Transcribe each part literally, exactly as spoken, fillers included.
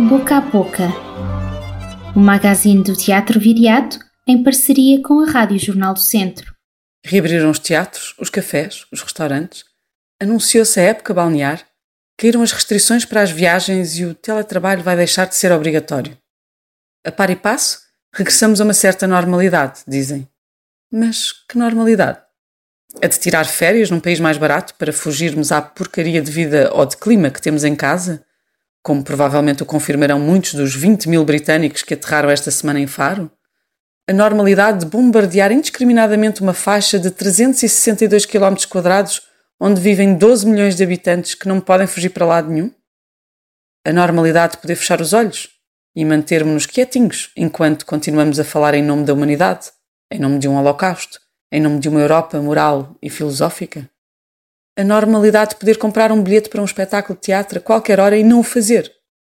Boca a Boca, o magazine do Teatro Viriato em parceria com a Rádio Jornal do Centro. Reabriram os teatros, os cafés, os restaurantes, anunciou-se a época balnear, caíram as restrições para as viagens e o teletrabalho vai deixar de ser obrigatório. A par e passo, regressamos a uma certa normalidade, dizem. Mas que normalidade? A de tirar férias num país mais barato para fugirmos à porcaria de vida ou de clima que temos em casa? Como provavelmente o confirmarão muitos dos vinte mil britânicos que aterraram esta semana em Faro? A normalidade de bombardear indiscriminadamente uma faixa de trezentos e sessenta e dois quilómetros quadrados onde vivem doze milhões de habitantes que não podem fugir para lado nenhum? A normalidade de poder fechar os olhos e mantermos-nos quietinhos enquanto continuamos a falar em nome da humanidade, em nome de um holocausto, em nome de uma Europa moral e filosófica? A normalidade de poder comprar um bilhete para um espetáculo de teatro a qualquer hora e não o fazer?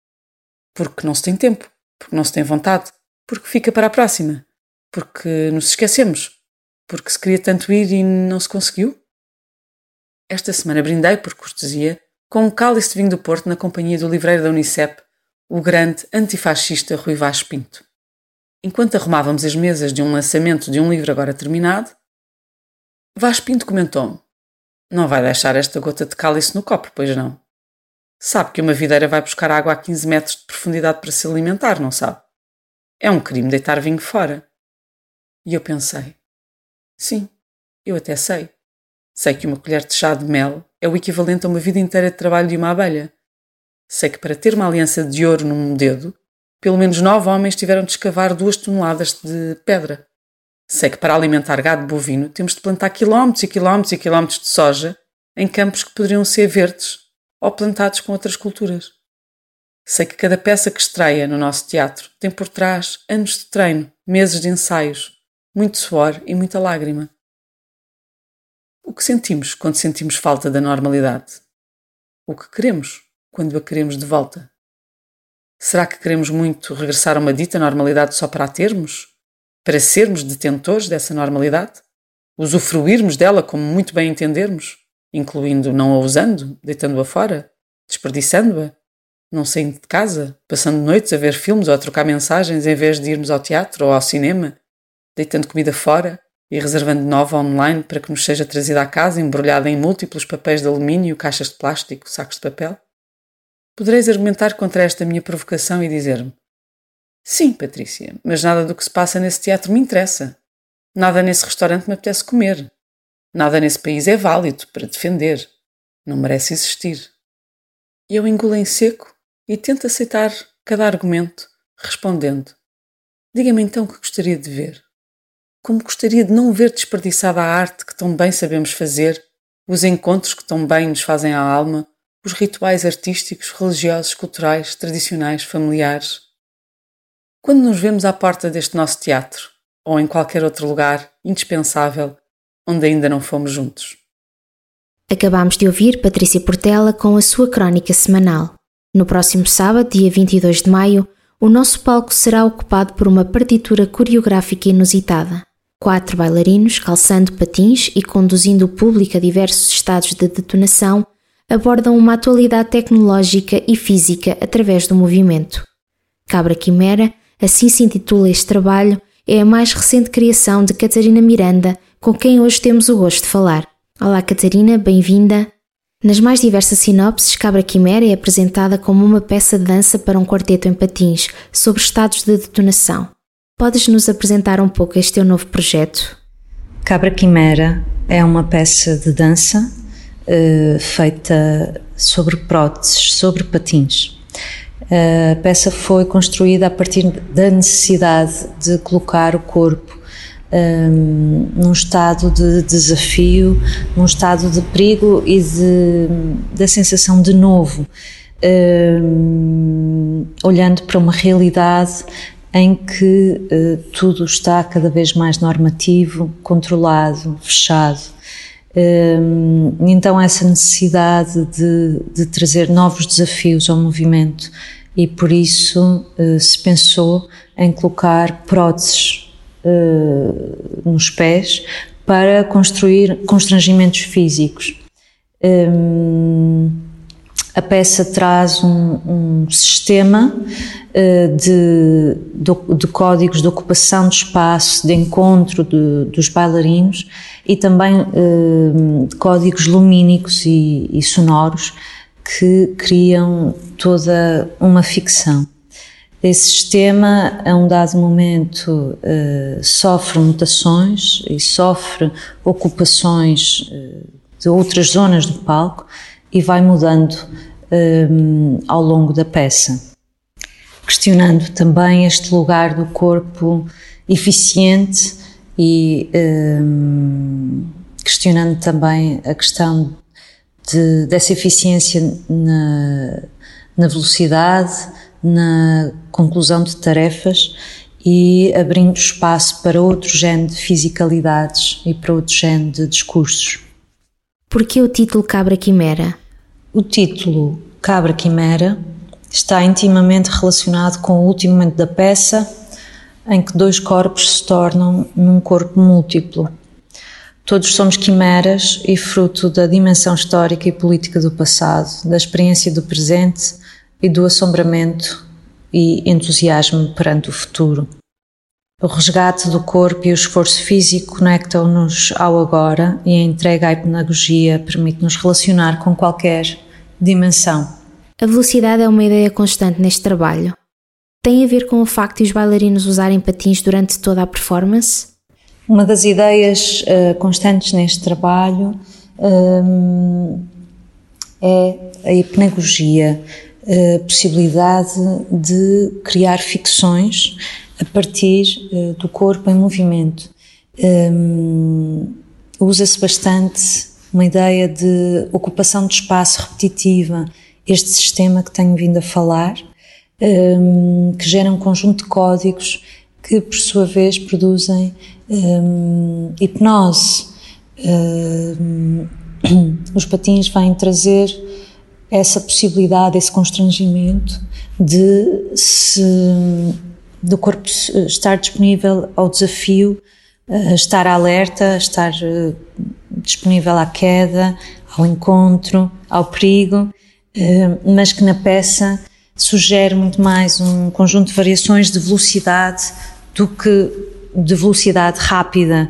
Porque não se tem tempo, porque não se tem vontade, porque fica para a próxima, porque nos esquecemos, porque se queria tanto ir e não se conseguiu? Esta semana brindei, por cortesia, com um cálice de vinho do Porto na companhia do livreiro da Unicep, o grande antifascista Rui Vaz Pinto. Enquanto arrumávamos as mesas de um lançamento de um livro agora terminado, Vaz Pinto comentou-me: "Não vai deixar esta gota de cálice no copo, pois não? Sabe que uma videira vai buscar água a quinze metros de profundidade para se alimentar, não sabe? É um crime deitar vinho fora." E eu pensei: sim, eu até sei. Sei que uma colher de chá de mel é o equivalente a uma vida inteira de trabalho de uma abelha. Sei que para ter uma aliança de ouro num dedo, pelo menos nove homens tiveram de escavar duas toneladas de pedra. Sei que para alimentar gado bovino temos de plantar quilómetros e quilómetros e quilómetros de soja em campos que poderiam ser verdes ou plantados com outras culturas. Sei que cada peça que estreia no nosso teatro tem por trás anos de treino, meses de ensaios, muito suor e muita lágrima. O que sentimos quando sentimos falta da normalidade? O que queremos quando a queremos de volta? Será que queremos muito regressar a uma dita normalidade só para a termos? Para sermos detentores dessa normalidade? Usufruirmos dela como muito bem entendermos? Incluindo não a usando, deitando-a fora, desperdiçando-a, não saindo de casa, passando noites a ver filmes ou a trocar mensagens em vez de irmos ao teatro ou ao cinema, deitando comida fora e reservando nova online para que nos seja trazida à casa embrulhada em múltiplos papéis de alumínio, caixas de plástico, sacos de papel? Podereis argumentar contra esta minha provocação e dizer-me: sim, Patrícia, mas nada do que se passa nesse teatro me interessa. Nada nesse restaurante me apetece comer. Nada nesse país é válido para defender. Não merece existir. E eu engulo em seco e tento aceitar cada argumento, respondendo: diga-me então o que gostaria de ver. Como gostaria de não ver desperdiçada a arte que tão bem sabemos fazer, os encontros que tão bem nos fazem à alma, os rituais artísticos, religiosos, culturais, tradicionais, familiares. Quando nos vemos à porta deste nosso teatro, ou em qualquer outro lugar indispensável, onde ainda não fomos juntos. Acabámos de ouvir Patrícia Portela com a sua crónica semanal. No próximo sábado, dia vinte e dois de maio, o nosso palco será ocupado por uma partitura coreográfica inusitada. Quatro bailarinos, calçando patins e conduzindo o público a diversos estados de detonação, abordam uma atualidade tecnológica e física através do movimento. Cabra Quimera, assim se intitula este trabalho, é a mais recente criação de Catarina Miranda, com quem hoje temos o gosto de falar. Olá Catarina, bem-vinda. Nas mais diversas sinopses, Cabra Quimera é apresentada como uma peça de dança para um quarteto em patins, sobre estados de detonação. Podes-nos apresentar um pouco este teu novo projeto? Cabra Quimera é uma peça de dança uh, feita sobre próteses, sobre patins. A peça foi construída a partir da necessidade de colocar o corpo um, num estado de desafio, num estado de perigo e de, da sensação de novo, um, olhando para uma realidade em que uh, tudo está cada vez mais normativo, controlado, fechado. Um, então essa necessidade de, de trazer novos desafios ao movimento, e por isso uh, se pensou em colocar próteses uh, nos pés para construir constrangimentos físicos. Um, A peça traz um, um sistema uh, de, de, de códigos de ocupação de espaço, de encontro de, dos bailarinos e também uh, de códigos lumínicos e, e sonoros que criam toda uma ficção. Esse sistema, a um dado momento, uh, sofre mutações e sofre ocupações uh, de outras zonas do palco e vai mudando um, ao longo da peça, questionando também este lugar do corpo eficiente e um, questionando também a questão de, dessa eficiência na, na velocidade, na conclusão de tarefas e abrindo espaço para outro género de fisicalidades e para outro género de discursos. Por que o título Cabra Quimera? O título Cabra Quimera está intimamente relacionado com o último momento da peça, em que dois corpos se tornam num corpo múltiplo. Todos somos quimeras e fruto da dimensão histórica e política do passado, da experiência do presente e do assombramento e entusiasmo perante o futuro. O resgate do corpo e o esforço físico conectam-nos ao agora e a entrega à pedagogia permite-nos relacionar com qualquer dimensão. A velocidade é uma ideia constante neste trabalho. Tem a ver com o facto de os bailarinos usarem patins durante toda a performance? Uma das ideias uh, constantes neste trabalho um, é a pedagogia, a possibilidade de criar ficções a partir uh, do corpo em movimento. Um, usa-se bastante uma ideia de ocupação de espaço repetitiva, este sistema que tenho vindo a falar, um, que gera um conjunto de códigos que, por sua vez, produzem um, hipnose. Um, os patins vêm trazer essa possibilidade, esse constrangimento de se, do corpo estar disponível ao desafio, estar alerta, estar disponível à queda, ao encontro, ao perigo, mas que na peça sugere muito mais um conjunto de variações de velocidade do que de velocidade rápida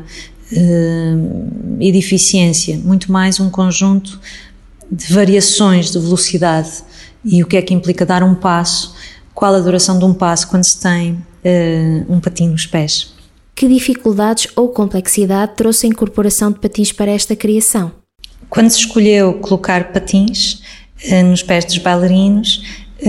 e de eficiência, muito mais um conjunto de variações de velocidade. E o que é que implica dar um passo, qual a duração de um passo quando se tem um patim nos pés. Que dificuldades ou complexidade trouxe a incorporação de patins para esta criação? Quando se escolheu colocar patins uh, nos pés dos bailarinos,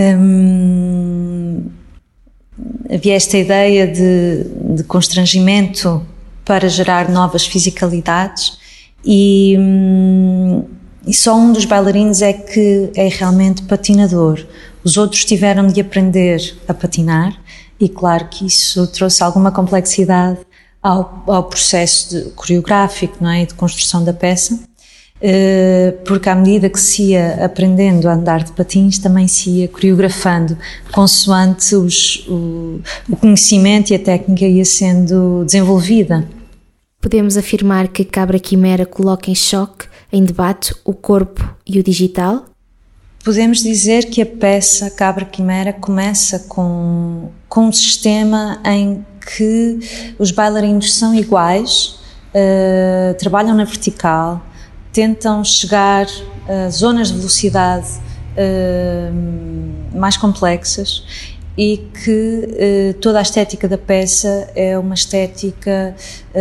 um, havia esta ideia de, de constrangimento para gerar novas fisicalidades e, um, e só um dos bailarinos é que é realmente patinador. Os outros tiveram de aprender a patinar. E claro que isso trouxe alguma complexidade ao, ao processo de, coreográfico, não é? De construção da peça, porque à medida que se ia aprendendo a andar de patins, também se ia coreografando consoante os, o, o conhecimento e a técnica ia sendo desenvolvida. Podemos afirmar que Cabra Quimera coloca em choque, em debate, o corpo e o digital? Podemos dizer que a peça Cabra Quimera começa com, com um sistema em que os bailarinos são iguais, uh, trabalham na vertical, tentam chegar a zonas de velocidade uh, mais complexas e que uh, toda a estética da peça é uma estética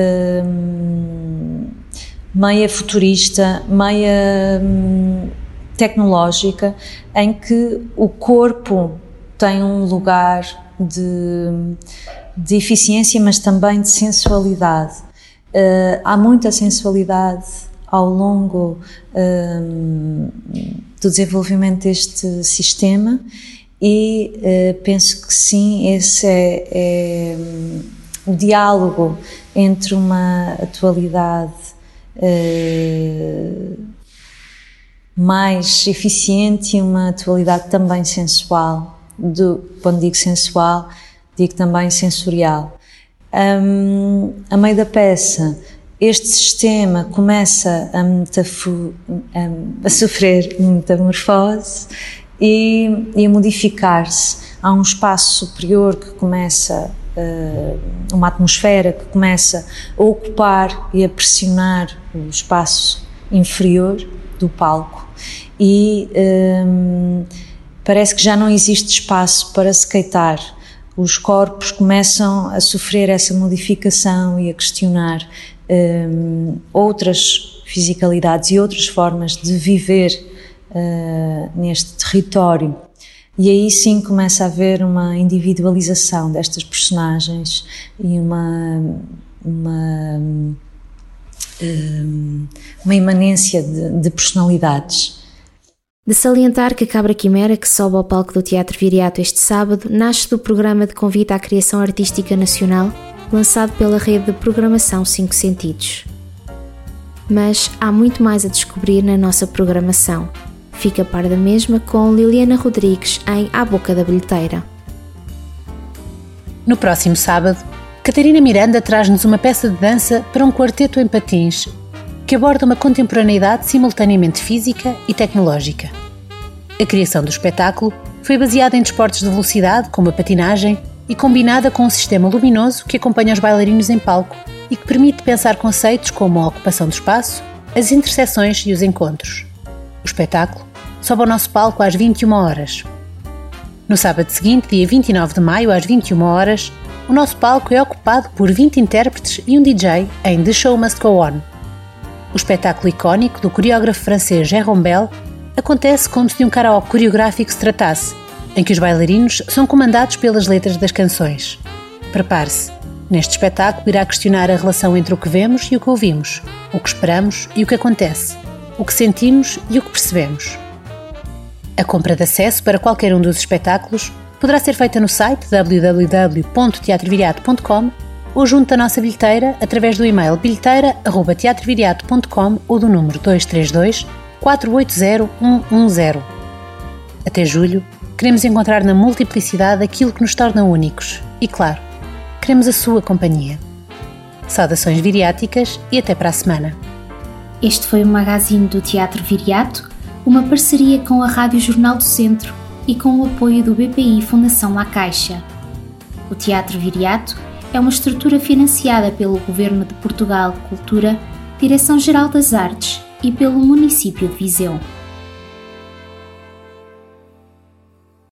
uh, meia futurista, meia um, tecnológica, em que o corpo tem um lugar de, de eficiência, mas também de sensualidade. Uh, há muita sensualidade ao longo uh, do desenvolvimento deste sistema e uh, penso que sim, esse é, é o diálogo entre uma atualidade uh, mais eficiente e uma atualidade também sensual. Do, quando digo sensual, digo também sensorial. Um, a meio da peça, este sistema começa a, metafo, a, a sofrer metamorfose e, e a modificar-se. Há um espaço superior que começa, uh, uma atmosfera que começa a ocupar e a pressionar o espaço inferior do palco e um, parece que já não existe espaço para skatear. Os corpos começam a sofrer essa modificação e a questionar um, outras fisicalidades e outras formas de viver uh, neste território. E aí sim começa a haver uma individualização destas personagens e uma, uma, um, uma imanência de, de personalidades. De salientar que a Cabra Quimera, que sobe ao palco do Teatro Viriato este sábado, nasce do programa de convite à criação artística nacional, lançado pela rede de programação Cinco Sentidos. Mas há muito mais a descobrir na nossa programação. Fica a par da mesma com Liliana Rodrigues em À Boca da Bilheteira. No próximo sábado, Catarina Miranda traz-nos uma peça de dança para um quarteto em patins que aborda uma contemporaneidade simultaneamente física e tecnológica. A criação do espetáculo foi baseada em desportos de velocidade, como a patinagem, e combinada com um sistema luminoso que acompanha os bailarinos em palco e que permite pensar conceitos como a ocupação do espaço, as interseções e os encontros. O espetáculo sobe ao nosso palco às vinte e uma horas. No sábado seguinte, dia vinte e nove de maio, às vinte e uma horas, o nosso palco é ocupado por vinte intérpretes e um D J em The Show Must Go On. O espetáculo icónico do coreógrafo francês Jérôme Bel acontece como se de um karaoke coreográfico se tratasse, em que os bailarinos são comandados pelas letras das canções. Prepare-se, neste espetáculo irá questionar a relação entre o que vemos e o que ouvimos, o que esperamos e o que acontece, o que sentimos e o que percebemos. A compra de acesso para qualquer um dos espetáculos poderá ser feita no site w w w ponto teatro viriato ponto com ou junto da nossa bilheteira através do e-mail bilheteira arroba teatro viriato ponto com ou do número dois três dois, quatro oito zero, um um zero. Até julho, queremos encontrar na multiplicidade aquilo que nos torna únicos e, claro, queremos a sua companhia. Saudações viriáticas e até para a semana. Este foi o magazine do Teatro Viriato, uma parceria com a Rádio Jornal do Centro e com o apoio do B P I Fundação La Caixa. O Teatro Viriato é uma estrutura financiada pelo Governo de Portugal Cultura, Direção-Geral das Artes e pelo município de Viseu.